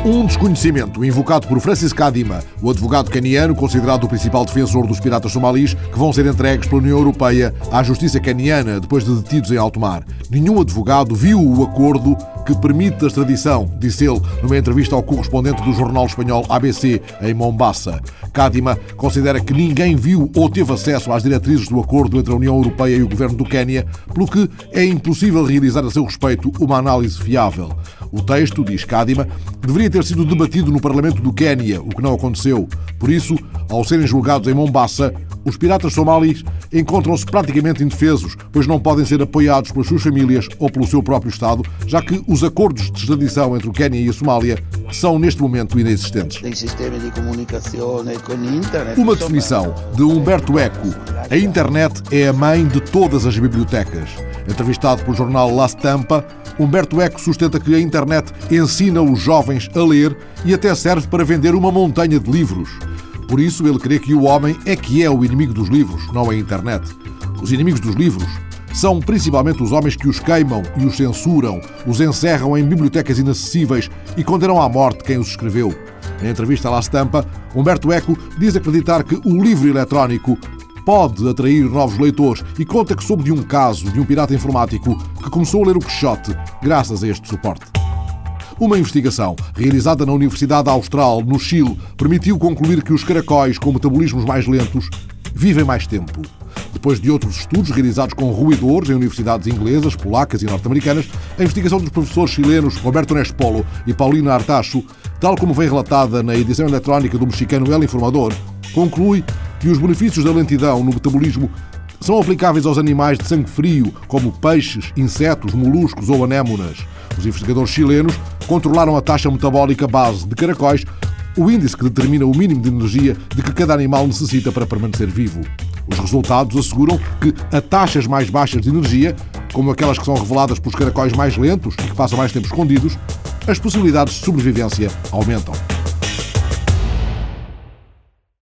Um desconhecimento invocado por Francis Kadima, o advogado caniano considerado o principal defensor dos piratas somalis, que vão ser entregues pela União Europeia à justiça caniana depois de detidos em alto mar. Nenhum advogado viu o acordo que permite a extradição, disse ele numa entrevista ao correspondente do jornal espanhol ABC em Mombasa. Kadima considera que ninguém viu ou teve acesso às diretrizes do acordo entre a União Europeia e o governo do Quénia, pelo que é impossível realizar a seu respeito uma análise fiável. O texto, diz Kadima, deveria ter sido debatido no Parlamento do Quénia, o que não aconteceu. Por isso, ao serem julgados em Mombasa, os piratas somalis encontram-se praticamente indefesos, pois não podem ser apoiados pelas suas famílias ou pelo seu próprio Estado, já que os acordos de extradição entre o Quénia e a Somália são, neste momento, inexistentes. Uma definição de Umberto Eco: a internet é a mãe de todas as bibliotecas. Entrevistado pelo jornal La Stampa, Umberto Eco sustenta que a internet ensina os jovens a ler e até serve para vender uma montanha de livros. Por isso, ele crê que o homem é que é o inimigo dos livros, não a internet. Os inimigos dos livros são principalmente os homens que os queimam e os censuram, os encerram em bibliotecas inacessíveis e condenam à morte quem os escreveu. Na entrevista à La Stampa, Umberto Eco diz acreditar que o livro eletrónico pode atrair novos leitores e conta que soube de um caso de um pirata informático que começou a ler o Quixote graças a este suporte. Uma investigação realizada na Universidade Austral, no Chile, permitiu concluir que os caracóis com metabolismos mais lentos vivem mais tempo. Depois de outros estudos realizados com roedores em universidades inglesas, polacas e norte-americanas, a investigação dos professores chilenos Roberto Nespolo e Paulina Artacho, tal como vem relatada na edição eletrónica do mexicano El Informador, conclui que os benefícios da lentidão no metabolismo são aplicáveis aos animais de sangue frio, como peixes, insetos, moluscos ou anémonas. Os investigadores chilenos controlaram a taxa metabólica base de caracóis, o índice que determina o mínimo de energia de que cada animal necessita para permanecer vivo. Os resultados asseguram que a taxas mais baixas de energia, como aquelas que são reveladas pelos caracóis mais lentos e que passam mais tempo escondidos, as possibilidades de sobrevivência aumentam.